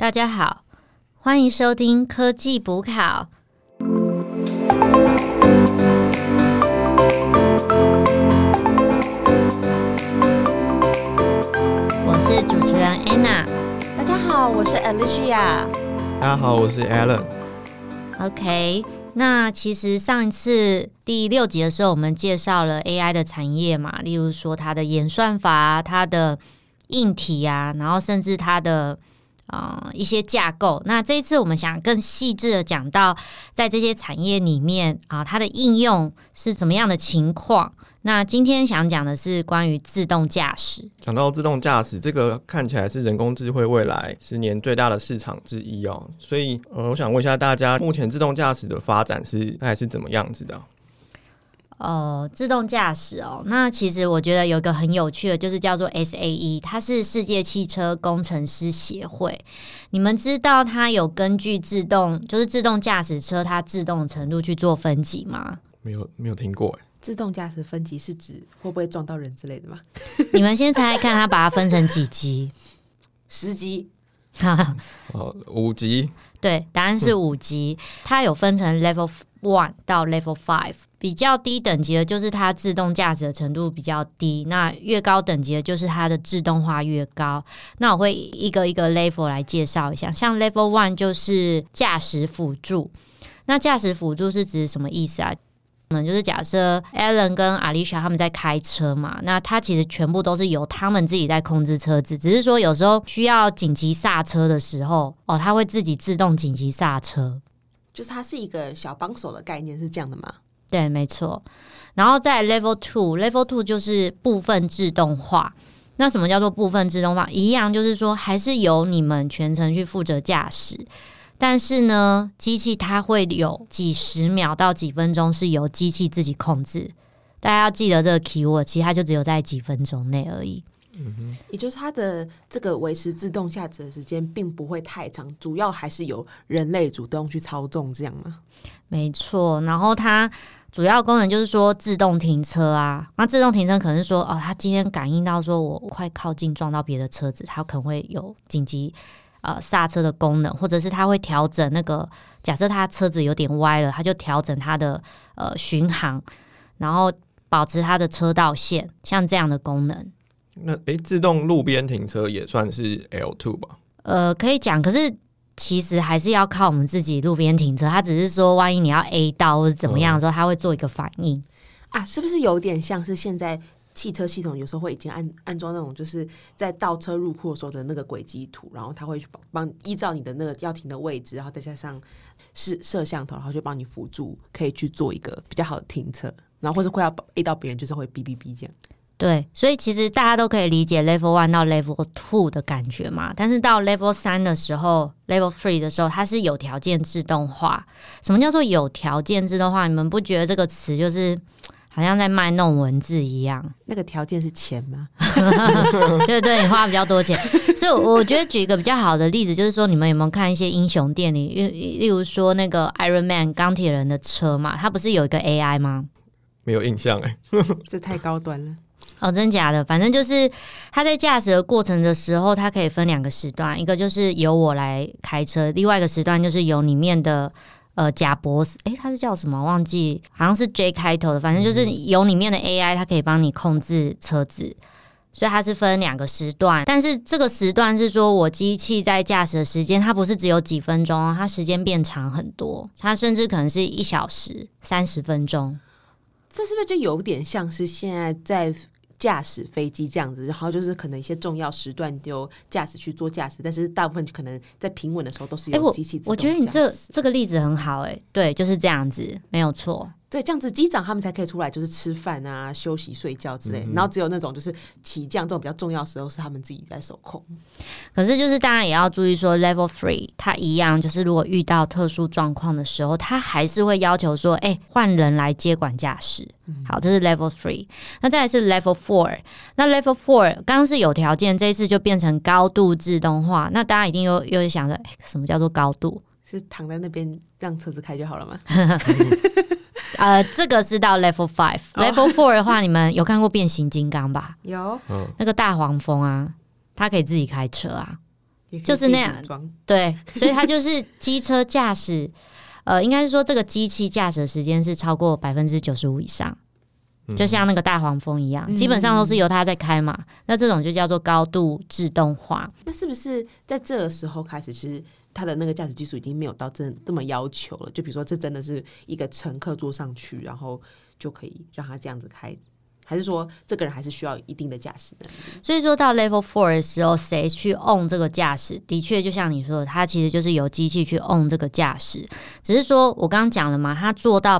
大家好，欢迎收听科技补考。我是主持人 Anna。 大家好，我是 Alicia。 大家好，我是 Alan。OK， 那其实上一次第6集的时候，我们介绍了 AI 的产业嘛，例如说它的演算法啊，它的硬体啊，然后甚至它的一些架构。那这一次我们想更细致的讲到在这些产业里面它的应用是怎么样的情况。那今天想讲的是关于自动驾驶。 讲到自动驾驶，这个看起来是人工智慧未来10年最大的市场之一哦。所以我想问一下大家，目前自动驾驶的发展大概是怎么样子的？ 自动驾驶那其实我觉得有一个很有趣的，就是叫做 SAE， 它是世界汽车工程师协会。你们知道它有根据自动驾驶车它制动的程度去做分级吗？ 没有听过。 自动驾驶分级是指会不会撞到人之类的吗？ 你们先猜猜看，它把它分成几级 ？10级。 5级。 对，答案是5级。它有分成 Level 1到 Level 5， 比较低等级的就是它自动驾驶的程度比较低，那越高等级的就是它的自动化越高。那我会一个一个 Level 来介绍一下。像 Level 1就是驾驶辅助。那驾驶辅助是指什么意思啊？就是假设 Alan 跟 Alicia 他们在开车嘛，那他其实全部都是由他们自己在控制车子，只是说有时候需要紧急刹车的时候他会自己自动紧急刹车， 就是它是一个小帮手的概念，是这样的吗？ 对，没错。然后在 Level 2就是部分自动化。那什么叫做部分自动化？一样就是说还是由你们全程去负责驾驶，但是呢，机器它会有几十秒到几分钟是由机器自己控制。大家要记得这个 keyword， 其实它就只有在几分钟内而已。 也就是它的这个维持自动驾驶的时间并不会太长，主要还是由人类主动去操纵，这样吗？ 没错。然后它主要功能就是说自动停车啊。那自动停车可能是说它今天感应到说我快靠近撞到别的车子，它可能会有紧急刹车的功能，或者是它会调整那个，假设它车子有点歪了，它就调整它的巡航，然后保持它的车道线，像这样的功能。 那自动路边停车也算是 L2 吧？ 可以讲，可是其实还是要靠我们自己路边停车。它只是说，万一你要 A 到或者怎么样的时候，它会做一个反应是不是有点像是现在汽车系统有时候会已经安装那种就是在倒车入库的时候的那个轨迹图，然后它会帮依照你的那个要停的位置，然后再加上摄像头，然后就帮你辅助可以去做一个比较好的停车，然后或者快要 A 到别人就是会哔哔哔这样。 对，所以其实大家都可以理解 Level 1到 Level 2的感觉嘛。但是到 Level 3的时候 Level 3的时候，它是有条件自动化。什么叫做有条件自动化？你们不觉得这个词就是好像在卖弄文字一样？ 那个条件是钱吗？ 对，你花比较多钱。所以我觉得举一个比较好的例子，就是说你们有没有看一些英雄电影，例如说那个 Iron Man 钢铁人的车嘛，它不是有一个 AI 吗？ 没有印象这太高端了。 真假的？反正就是他在驾驶的过程的时候，它可以分2个时段，一个就是由我来开车，另外一个时段就是由里面的贾博士，他是叫什么忘记，好像是 J 开头的，反正就是由里面的 AI 它可以帮你控制车子，所以它是分2个时段。但是这个时段是说我机器在驾驶的时间，它不是只有几分钟，它时间变长很多，它甚至可能是1小时30分钟。 这是不是就有点像是现在在驾驶飞机这样子，然后就是可能一些重要时段由驾驶去做驾驶，但是大部分可能在平稳的时候都是由机器自动驾驶。 我觉得你这个例子很好对，就是这样子，没有错。 对，这样子机长他们才可以出来就是吃饭啊、休息睡觉之类的，然后只有那种就是起降这种比较重要的时候是他们自己在手控。 可是就是当然也要注意说 Level 3它一样，就是如果遇到特殊状况的时候，它还是会要求说换人来接管驾驶。好，这是 Level 3。那再来是 Level 4。那 Level 4刚刚是有条件，这一次就变成高度自动化。那大家一定又想着什么叫做高度？ 是躺在那边让车子开就好了吗？ 这个是到 Level 5。Level 4的话，你们有看过变形金刚吧？ 有。 那个大黄蜂啊，它可以自己开车啊。 就是那样。对，所以它就是机车驾驶，应该是说这个机器驾驶的时间是超过95%以上。就像那个大黄蜂一样，基本上都是由它在开嘛。那这种就叫做高度自动化。 那是不是在这个时候开始，其实它的那个驾驶技术已经没有到这么要求了？就比如说，这真的是一个乘客坐上去，然后就可以让他这样子开，还是说这个人还是需要一定的驾驶能力？ 所以说到 Level 4的时候，谁去 own 这个驾驶，的确就像你说的，它其实就是由机器去 own 这个驾驶。只是说我刚刚讲了嘛，它做到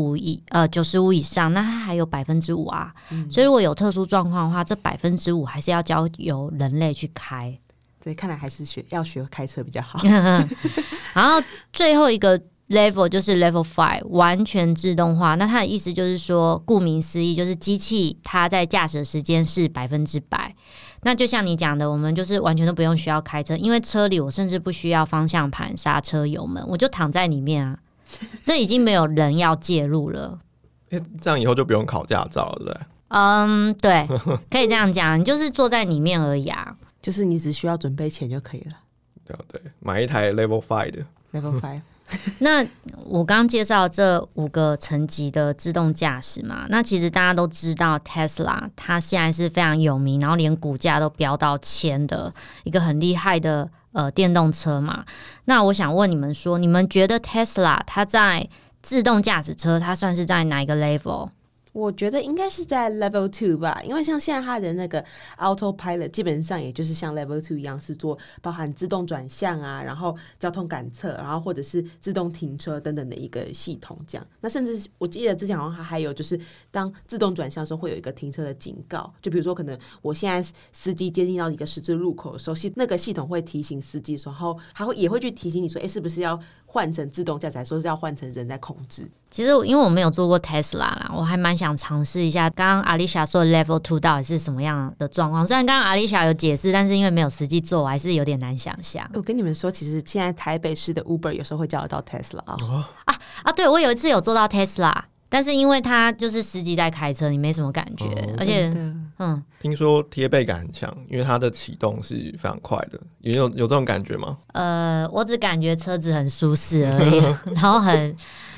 95%以上，那它还有5%啊。所以如果有特殊状况的话，这5%还是要交由人类去开。 对，看来还是要学开车比较好。 然后最后一个level 就是 level 5， 完全自动化。那它的意思就是说，顾名思义，就是机器它在驾驶的时间是100%。那就像你讲的，我们就是完全都不用需要开车，因为车里我甚至不需要方向盘、刹车、油门，我就躺在里面啊。这已经没有人要介入了。 这样以后就不用考驾照了，对不对？ 对，可以这样讲，你就是坐在里面而已啊。 就是你只需要准备钱就可以了。 对，买一台 Level 5的 Level 5。 那我刚刚介绍这5个层级的自动驾驶嘛，那其实大家都知道 Tesla 它现在是非常有名，然后连股价都飙到1000的一个很厉害的电动车嘛。那我想问你们说，你们觉得 Tesla 它在自动驾驶车它算是在哪一个 level？ 我觉得应该是在 Level 2吧，因为像现在它的那个 Autopilot 基本上也就是像 Level 2一样，是做包含自动转向啊，然后交通感测，然后或者是自动停车等等的一个系统这样。那甚至我记得之前好像它还有就是当自动转向的时候会有一个停车的警告，就比如说可能我现在司机接近到一个十字路口的时候，那个系统会提醒司机的时候，它也会去提醒你说，是不是要换成自动驾驶，还说是要换成人在控制。 其实因为我没有做过 Tesla 啦，我还蛮想尝试一下刚刚阿丽莎说的 Level 2到底是什么样的状况。虽然刚刚阿丽莎有解释，但是因为没有实际做，我还是有点难想象。 我跟你们说，其实现在台北市的 Uber 有时候会叫得到 Tesla 对，我有一次有做到 Tesla， 但是因为它就是司机在开车，你没什么感觉，而且听说贴背感很强，因为它的启动是非常快的，有这种感觉吗？ 我只感觉车子很舒适而已，然后很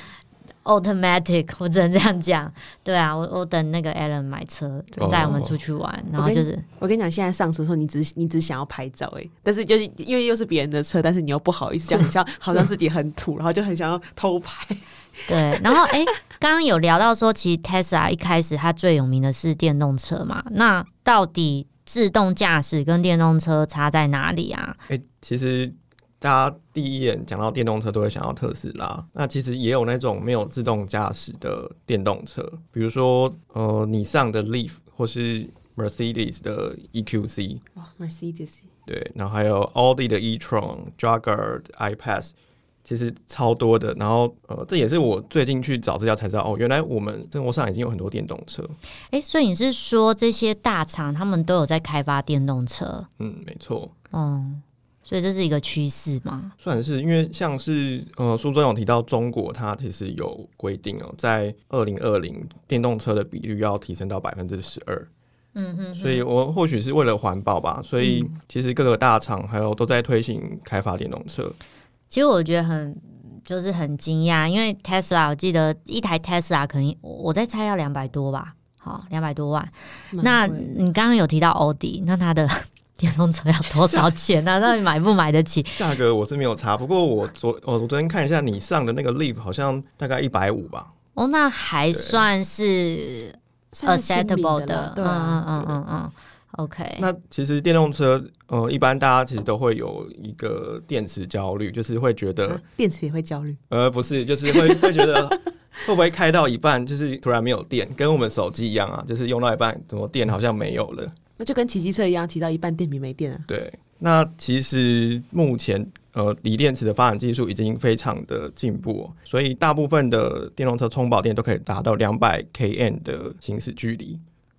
automatic， 我只能这样讲。对啊，我等那个 Alan 买车载我们出去玩，然后就是我跟你讲，现在上车的时候你只想要拍照但是就是因为又是别人的车，但是你又不好意思，这样好像自己很土，然后就很想要偷拍。 对，然后刚刚有聊到说，其实 Tesla 一开始它最有名的是电动车嘛，那到底自动驾驶跟电动车差在哪里啊？ 其实大家第一眼讲到电动车都会想到特斯拉，那其实也有那种没有自动驾驶的电动车，比如说尼桑的 Leaf 或是 Mercedes 的 EQC。 Mercedes。 对，然后还有 Audi 的 e-tron、Jaguar 的 I-Pace。其实超多的，然后这也是我最近去找资料才知道，原来我们生活上已经有很多电动车。 所以你是说这些大厂他们都有在开发电动车？ 没错。 所以这是一个趋势吗？ 算是，因为像是书中有提到中国，它其实有规定在2020电动车的比率要提升到12%。所以我或许是为了环保吧，所以其实各个大厂还有都在推行开发电动车。 其实我觉得就是很惊讶，因为 Tesla 我记得一台 Tesla 可能我在猜要200多吧，好200多万。那你刚刚有提到奥迪，那它的电动车要多少钱啊？到底买不买得起？ 价格我是没有查，不过我昨天看一下你上的那个 Leaf 好像大概150吧。 那还算是 acceptable 的。OK， 那其实电动车，一般大家其实都会有一个电池焦虑，就是会觉得电池也会焦虑， 不是，就是会觉得会不会开到一半，就是突然没有电，跟我们手机一样啊，就是用到一半，怎么电好像没有了？ 那就跟骑机车一样，骑到一半电瓶没电了。 对，那其实目前锂电池的发展技术已经非常的进步，所以大部分的电动车充饱电都可以达到200 km 的行驶距离。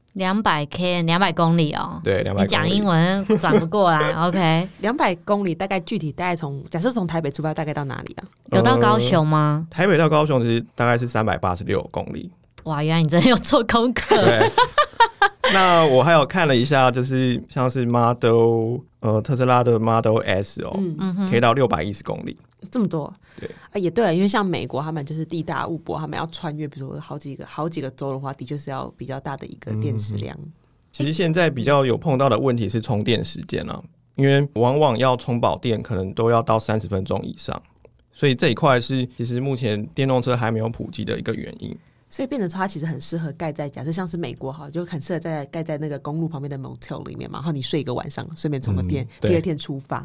200 km 200公里哦。 对，200公里。 你讲英文转不过来OK。 200公里大概具体大概假设从台北出发大概到哪里啊？ 有到高雄吗？ 台北到高雄其实大概是386公里。 哇，原来你真的有做功课。 对。那我还有看了一下，就是像是 Model 特斯拉的 Model S 可以到610公里， 这么多。 对也对了，因为像美国他们就是地大物博，他们要穿越比如说好几个州的话，的确是要比较大的一个电池量。 其实现在比较有碰到的问题是充电时间啊，因为往往要充饱电可能都要到30分钟以上，所以这一块是其实目前电动车还没有普及的一个原因。 所以变成说它其实很适合盖在，假设像是美国好，就很适合盖在那个公路旁边的 motel 里面嘛，然后你睡一个晚上，顺便充个电，第二天出发。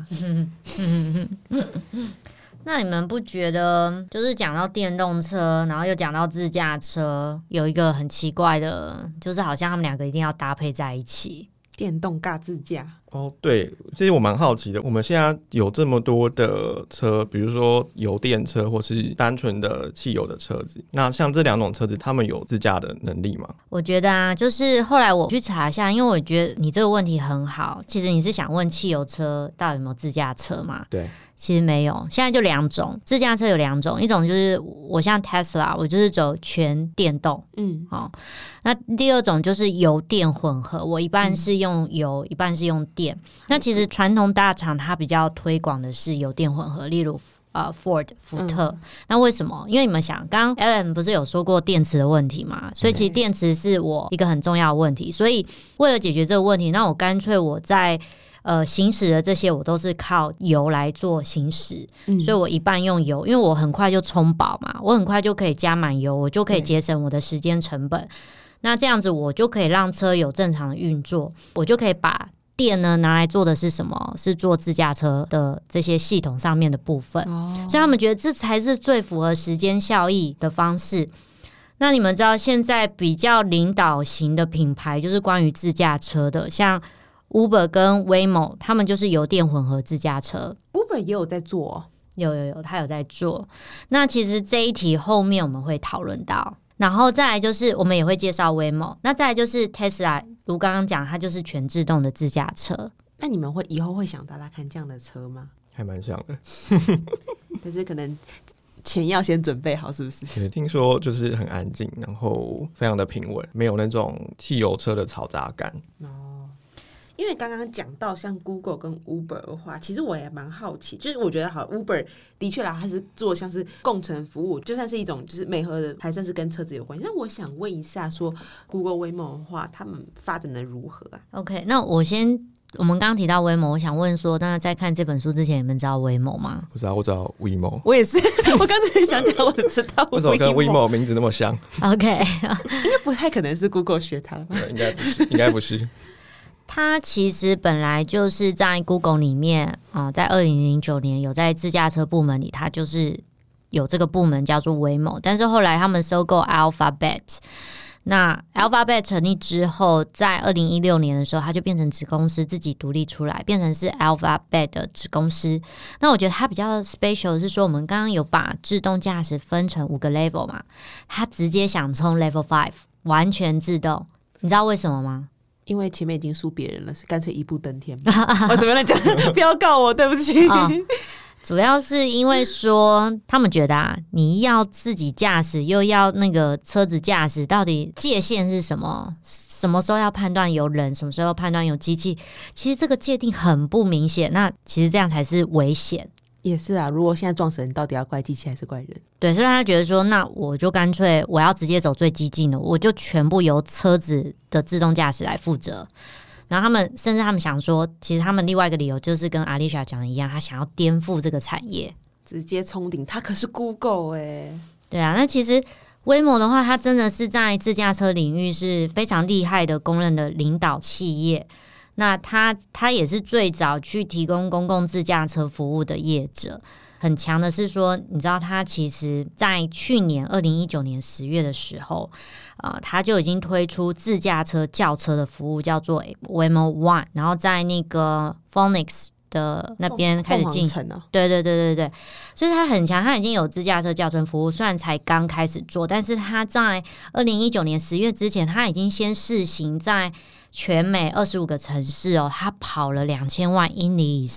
那你们不觉得就是讲到电动车，然后又讲到自驾车，有一个很奇怪的，就是好像他们两个一定要搭配在一起？ 电动尬自驾对，其实我蛮好奇的，我们现在有这么多的车，比如说油电车或是单纯的汽油的车子，那像这两种车子，他们有自驾的能力吗？ 我觉得啊，就是后来我去查一下，因为我觉得你这个问题很好，其实你是想问汽油车到底有没有自驾车嘛？ 对。 其实没有，现在就2种，自驾车有2种，一种就是我像 Tesla， 我就是走全电动，那第二种就是油电混合，我一半是用油，一半是用电。那其实传统大厂它比较推广的是油电混合，例如Ford 福特。那为什么？因为你们想，刚刚 Alan 不是有说过电池的问题嘛？所以其实电池是我一个很重要的问题，所以为了解决这个问题，那我干脆我在行驶的这些我都是靠油来做行驶，所以我一半用油，因为我很快就充饱嘛，我很快就可以加满油，我就可以节省我的时间成本。那这样子我就可以让车有正常的运作，我就可以把电呢拿来做的是什么？是做自驾车的这些系统上面的部分，所以他们觉得这才是最符合时间效益的方式。那你们知道现在比较领导型的品牌就是关于自驾车的，像Uber 跟 Waymo 他们就是油电混合自驾车。 Uber 也有在做有他有在做。那其实这一题后面我们会讨论到，然后再来就是我们也会介绍 Waymo， 那再来就是 Tesla， 如刚刚讲它就是全自动的自驾车。 那你们以后会想搭看这样的车吗？ 还蛮像的但是可能钱要先准备好，是不是？ 听说就是很安静，然后非常的平稳，没有那种汽油车的嘈杂感。 因为刚刚讲到像 Google 跟 Uber 的话，其实我也蛮好奇，就是我觉得好 Uber 的确啦，它是做像是共乘服务，就算是一种就是媒合的，还算是跟车子有关系。那我想问一下说 Google Waymo 的话，他们发展的如何啊？ OK， 那我们刚刚提到 Waymo， 我想问说，那在看这本书之前，你们知道 Waymo 吗？ 不知道，我知道 Waymo。 我也是，我刚才想讲，我只知道为什么跟 Waymo 名字那么像？ OK， 应该不太可能是 Google 学它吧？ 应该不是，应该不是。 它其实本来就是在 Google 里面在2009年有在自驾车部门里，它就是有这个部门叫做 Waymo， 但是后来他们收购 Alphabet， 那 Alphabet 成立之后，在2016年的时候，它就变成子公司，自己独立出来，变成是 Alphabet 的子公司。那我觉得它比较 special 的是说，我们刚刚有把自动驾驶分成5个 level 嘛，它直接想冲 level 5， 完全自动。你知道为什么吗？ 因为前面已经输别人了，是干脆一步登天。我怎么样讲？不要告我，对不起。 主要是因为说他们觉得你要自己驾驶又要那个车子驾驶，到底界限是什么？什么时候要判断有人，什么时候要判断有机器？其实这个界定很不明显，那其实这样才是危险。 也是啊，如果现在撞死人，到底要怪机器还是怪人？ 对，所以他觉得说，那我就干脆我要直接走最激进的，我就全部由车子的自动驾驶来负责。然后甚至他们想说，其实他们另外一个理由就是跟阿丽莎讲的一样，他想要颠覆这个产业， 直接冲顶。他可是 Google 对啊，那其实Waymo的话，它真的是在自驾车领域是非常厉害的，公认的领导企业。那他也是最早去提供公共自驾车服务的业者。很强的是说，你知道他其实在去年2019年10月的时候，他就已经推出自驾车轿车的服务，叫做 Waymo One， 然后在那个 Phoenix 的那边开始进行。对，所以他很强，他已经有自驾车轿车服务，虽然才刚开始做，但是他在2019年10月之前，他已经先试行在全美25个城市他跑了2000万英里以上。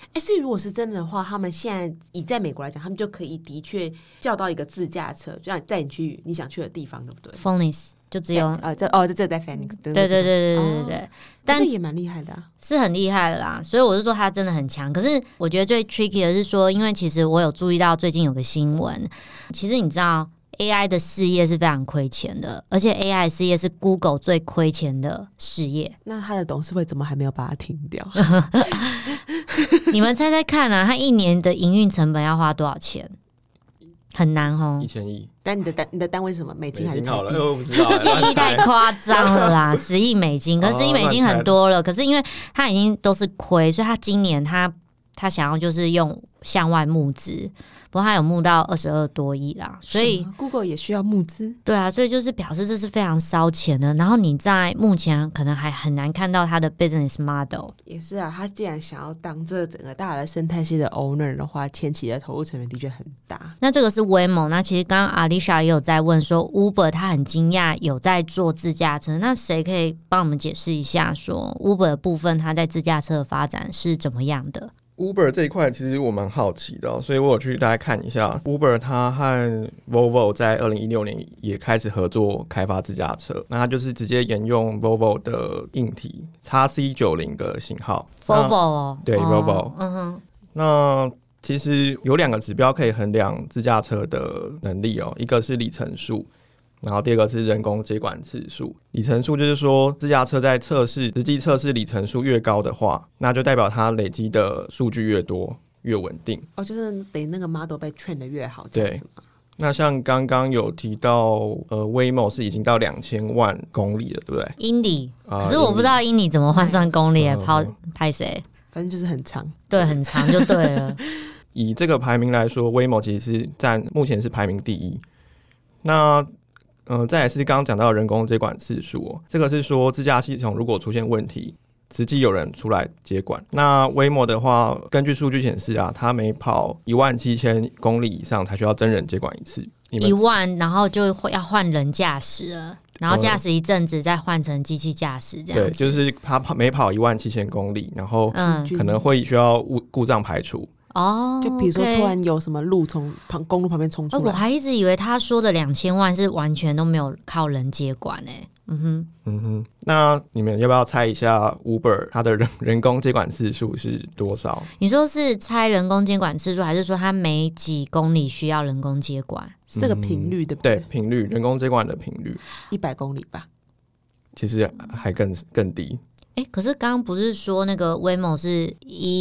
所以如果是真的话，他们现在以在美国来讲，他们就可以的确叫到一个自驾车，就让你带你去你想去的地方，对不对 Phoenix 就只有这在 Phoenix， 对对对对对对， 但也蛮厉害的是很厉害的啦。所以我是说他真的很强。可是我觉得最 tricky 的是说，因为其实我有注意到最近有个新闻，其实你知道 AI 的事业是非常亏钱的，而且 AI 的事业是 Google 最亏钱的事业。 那他的董事会怎么还没有把它停掉？ 你们猜猜看啊，他一年的营运成本要花多少钱？很难哦 ，1000亿。 但你的单位是什么？美金还是台币？ 好了，我不知道。 1000亿太夸张了啦，10亿美金，可是10亿美金很多了。可是因为他已经都是亏，所以他今年他想要就是用向外募资。不过他有募到22多亿啦，所以 Google 也需要募资。 对啊，所以就是表示这是非常烧钱的。然后你在目前可能还很难看到他的 business model。 也是啊，他既然想要当这整个大的生态系的 owner 的话，前期的投入成本的确很大。 那这个是 Waymo。那其实刚刚 Alicia 也有在问说 Uber 他很惊讶有在做自驾车，那谁可以帮我们解释一下说 Uber 的部分它在自驾车的发展是怎么样的 ？Uber 这一块其实我蛮好奇的所以我有去大家看一下 Uber 它和 Volvo 在2016年也开始合作开发自驾车，那它就是直接沿用 Volvo 的硬体 XC90 的型号 Volvo 对 Volvo 那其实有2个指标可以衡量自驾车的能力一个是里程数，然后第二个是人工接管次数。里程数就是说自驾车在实际测试里程数越高的话，那就代表它累积的数据越多越稳定就是得那个 model 被 train 的越好这样子吗？ 那像刚刚有提到Waymo 是已经到2000万公里了，对不对？ 英里可是我不知道英里怎么换算公里拍谁？ 反正就是很长， 对，很长就对了。 以这个排名来说 Waymo 其实是目前是排名第一。那再来是刚刚讲到的人工接管次数这个是说自驾系统如果出现问题，实际有人出来接管。那 Waymo 的话，根据数据显示它每跑17000公里以上才需要真人接管一次。 1万，然后就要换人驾驶了，然后驾驶一阵子再换成机器驾驶这样子。 对，就是他每跑17000公里，然后可能会需要故障排除。 就比如说突然有什么路从公路旁边冲出来， 我还一直以为他说的2000万是完全都没有靠人接管那你们要不要猜一下 Uber 它的人工接管次数是多少？ 你说是猜人工接管次数，还是说它每几公里需要人工接管？ 是这个频率对不对？ 对，频率，人工接管的频率 100公里吧。 其实还更低。 可是刚刚不是说那个 Waymo 是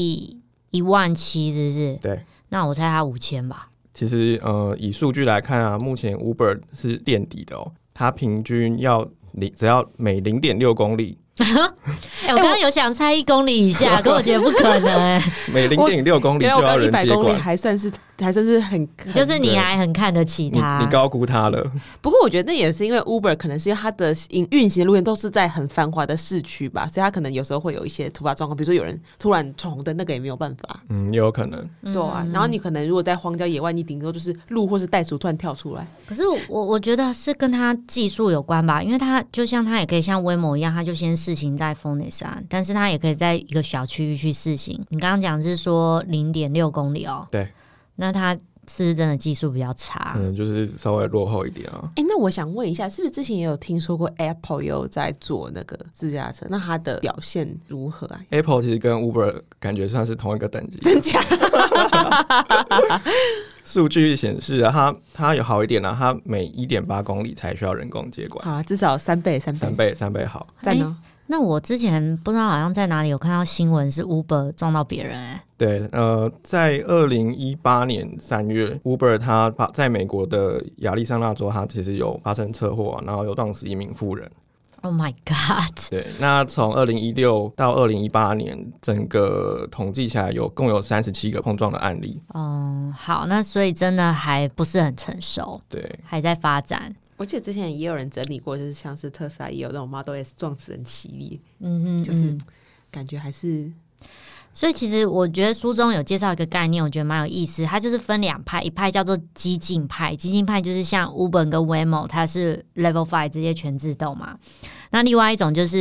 17000是不是？ 对， 那我猜它5000吧。 其实以数据来看目前 Uber 是垫底的它平均只要每 0.6 公里我刚刚有想猜1公里以下，可我觉得不可能每 0.6 公里就要人接管， 100公里还算是很， 就是你还很看得起他， 你高估他了。 不过我觉得那也是因为 Uber 可能是因为它的运行路线都是在很繁华的市区吧，所以它可能有时候会有一些突发状况，比如说有人突然闯红灯，那个也没有办法。 也有可能。 对啊，然后你可能如果在荒郊野外，你顶多就是鹿或是袋鼠突然跳出来。 可是我觉得是跟他技术有关吧，因为他就像他也可以像 Waymo 一样，他就先试行在 Phoenix 但是他也可以在一个小区域去试行。你刚刚讲是说 0.6 公里对， 那他是真的技术比较差， 可能就是稍微落后一点那我想问一下，是不是之前也有听说过 Apple 也有在做那个自驾车？那它的表现如何啊 ？Apple 其实跟 Uber 感觉算是同一个等级， 真假？ 数据显示它有好一点它每 1.8 公里才需要人工接管。 好至少3倍好。赞哦。 那我之前不知道好像在哪里有看到新闻是 Uber 撞到别人对，在2018年3月 Uber 它在美国的亚利桑那州它其实有发生车祸然后有撞死1名妇人。 Oh my god！ 对，那从2016到2018年，整个统计起来共有37个碰撞的案例。 好，那所以真的还不是很成熟， 对， 还在发展。 我记得之前也有人整理过，就是像是特斯拉也有那种 Model S 撞死人系列，就是感觉还是。 所以其实我觉得书中有介绍一个概念，我觉得蛮有意思。它就是分2派，一派叫做激进派，激进派就是像 Uber 跟 Waymo， 它是 Level 5直接全自动嘛。那另外一种就是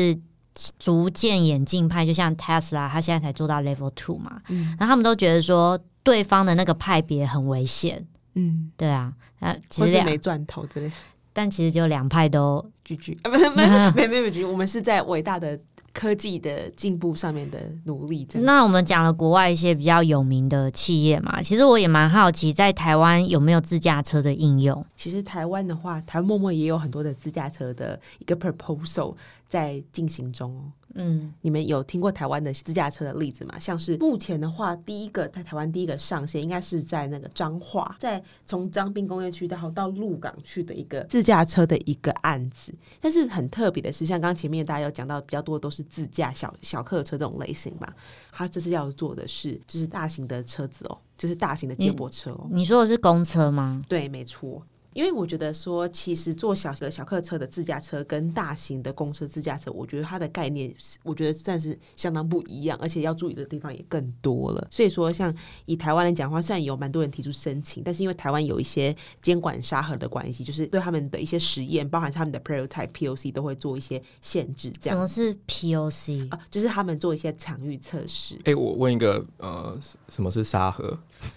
逐渐演进派，就像 Tesla， 他现在才做到 Level 2嘛，然后他们都觉得说对方的那个派别很危险，对啊，其实或是没赚头之类的， 但其实就两派都 GG啊，不是没，我们是在伟大的科技的进步上面的努力。 那我们讲了国外一些比较有名的企业嘛，其实我也蛮好奇，在台湾有没有自驾车的应用？ 其实台湾的话，台湾默默也有很多的自驾车的一个 proposal 在进行中哦。你们有听过台湾的自驾车的例子吗？像是目前的话，在台湾第一个上线应该是在那个彰化，在从彰滨工业区到鹿港去的一个自驾车的一个案子。但是很特别的是，像刚刚前面大家有讲到，比较多的都是自驾小客车这种类型吧。他这次要做的是就是大型的车子哦，就是大型的接驳车哦。 你说的是公车吗？ 对，没错。因为我觉得说，其实做小客车的自驾车跟大型的公车自驾车，我觉得它的概念，我觉得算是相当不一样，而且要注意的地方也更多了。所以说，像以台湾来讲的话，虽然有蛮多人提出申请，但是因为台湾有一些监管沙盒的关系，就是对他们的一些实验，包含他们的 prototype POC 都会做一些限制。这样什么是 POC？ 就是他们做一些场域测试。 我问一个，什么是沙盒？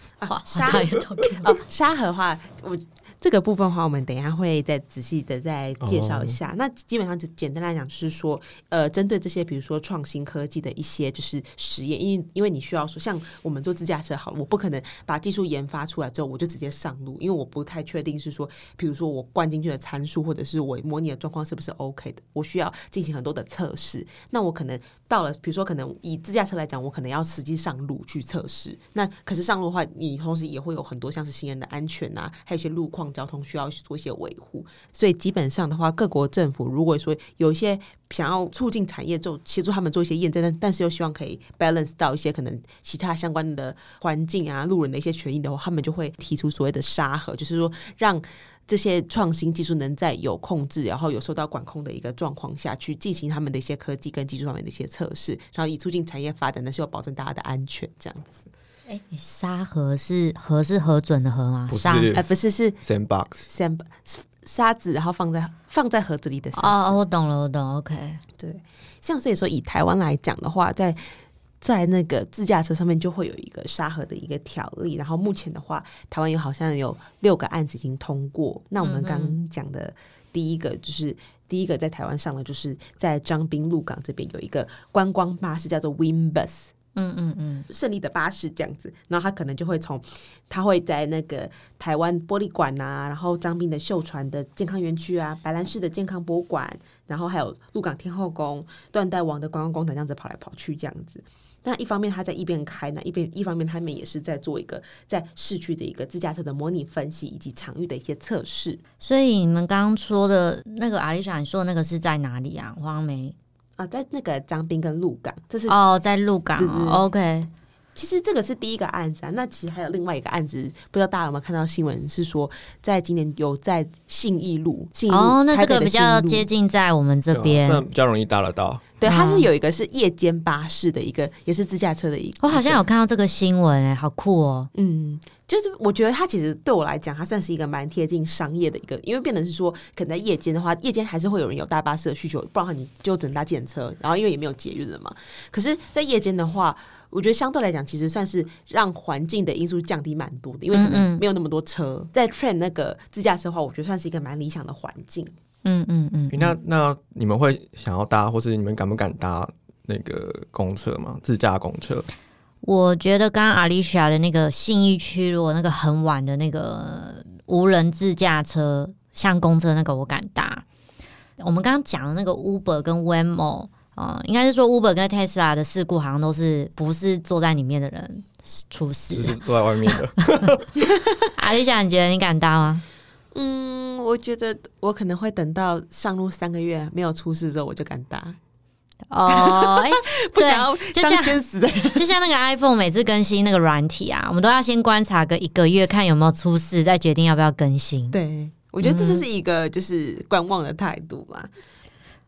沙盒的话，这个部分的话，我们等一下会再仔细的再介绍一下。那基本上就简单来讲，就是说，针对这些比如说创新科技的一些就是实验，因为你需要说，像我们做自驾车好了，我不可能把技术研发出来之后我就直接上路，因为我不太确定是说，比如说我灌进去的参数或者是我模拟的状况是不是 OK 的，我需要进行很多的测试。那我可能到了，比如说可能以自驾车来讲，我可能要实际上路去测试。那可是上路的话，你同时也会有很多像是行人的安全啊，还有一些路况交通需要做一些维护。所以基本上的话，各国政府如果说有一些想要促进产业协助他们做一些验证，但是又希望可以 balance 到一些可能其他相关的环境啊、路人的一些权益的话，他们就会提出所谓的沙盒，就是说让这些创新技术能在有控制然后有受到管控的一个状况下去进行他们的一些科技跟技术上面的一些测试，然后以促进产业发展，但是又保证大家的安全这样子。 沙盒是核准的核吗？ 不是， 不是，是 sandbox 沙子，然后放在盒子里的沙子。 我懂了，OK。 对，像所以说以台湾来讲的话，在那个自驾车上面就会有一个沙盒的一个条例，然后目前的话，台湾好像有6个案子已经通过。那我们刚刚讲的第一个在台湾上的，就是在彰滨鹿港这边有一个观光巴士叫做 Winbus。胜利的巴士这样子，然后他可能就会他会在那个台湾玻璃馆啊，然后彰滨的秀传的健康园区啊，白兰市的健康博物馆，然后还有鹿港天后宫、断代王的观光工厂这样子跑来跑去这样子。那一方面他在一边开呢，一方面他们也是在做一个在市区的一个自驾车的模拟分析以及场域的一些测试。 所以你们刚刚说的那个阿丽莎，你说的那个是在哪里啊？我好像没在那个彰滨跟鹿港，这是在鹿港OK。 其实这个是第一个案子啊，那其实还有另外一个案子，不知道大家有没有看到新闻，是说在今年有在信义路那这个比较接近在我们这边， 这比较容易搭得到。 对，它是有一个是夜间巴士的一个，也是自驾车的一个。 我好像有看到这个新闻好酷哦。 就是我觉得它其实对我来讲，它算是一个蛮贴近商业的一个，因为变成是说，可能在夜间的话，夜间还是会有人有搭巴士的需求，不然你就只能搭计程车，然后因为也没有捷运了嘛。可是，在夜间的话，我觉得相对来讲，其实算是让环境的因素降低蛮多的，因为可能没有那么多车。在 train 那个自驾车的话，我觉得算是一个蛮理想的环境。 那你们会想要搭，或是你们敢不敢搭那个公车吗？自驾公车？ 我觉得刚刚阿丽莎的那个信义区，如果那个很晚的那个无人自驾车，像公车那个，我敢搭。我们刚刚讲的那个 Uber 跟 Waymo，应该是说 Uber 跟 Tesla 的事故好像都是不是坐在里面的人出事， 就是坐在外面的。 阿丽莎，你觉得你敢搭吗？ 我觉得我可能会等到上路3个月没有出事之后，我就敢搭。 不想要当先死的人， 就像那个 iPhone 每次更新那个软体啊，我们都要先观察个1个月，看有没有出事，再决定要不要更新。 对，我觉得这就是一个就是观望的态度啦。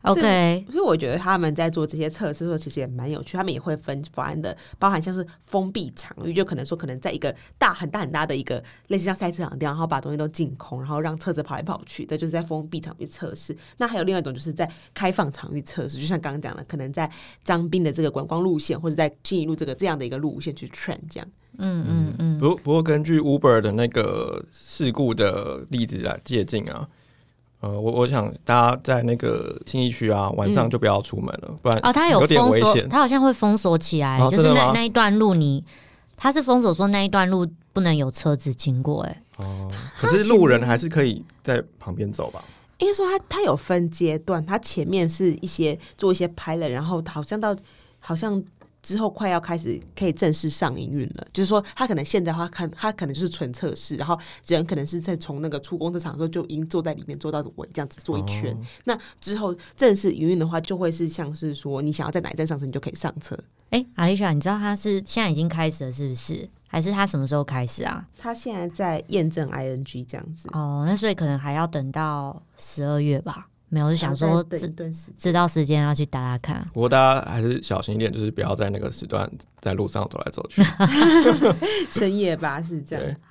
OK， 所以我觉得他们在做这些测试的时候，其实也蛮有趣。他们也会分方案的，包含像是封闭场域，就可能说可能在一个很大的一个类似像赛车场的地方，然后把东西都净空，然后让车子跑来跑去，这就是在封闭场域测试。那还有另外一种就是在开放场域测试，就像刚刚讲的，可能在彰滨的这个观光路线，或者在信义路这样的一个路线去 train 这样。 不过根据 Uber 的那个事故的例子来借鉴啊。我想大家在那个信义区啊，晚上就不要出门了，不然它有点危险。 它好像会封锁起来，就是那一段路它是封锁说那一段路不能有车子经过。 可是路人还是可以在旁边走吧？ 应该说它有分阶段，它前面是做一些pilot，然后好像之后快要开始可以正式上营运了，就是说他可能现在的话他可能就是纯测试，然后人可能是在从那个出公车场的时候就已经坐在里面坐到尾这样子坐一圈。那之后正式营运的话，就会是像是说你想要在哪一站上车，你就可以上车。 Alicia， 你知道他是现在已经开始了是不是？还是他什么时候开始啊？ 他现在在验证 ING 这样子。 那所以可能还要等到12月吧。没有，就想说知道时间要去打打看。 不过大家还是小心一点，就是不要在那个时段在路上走来走去。 深夜巴士这样。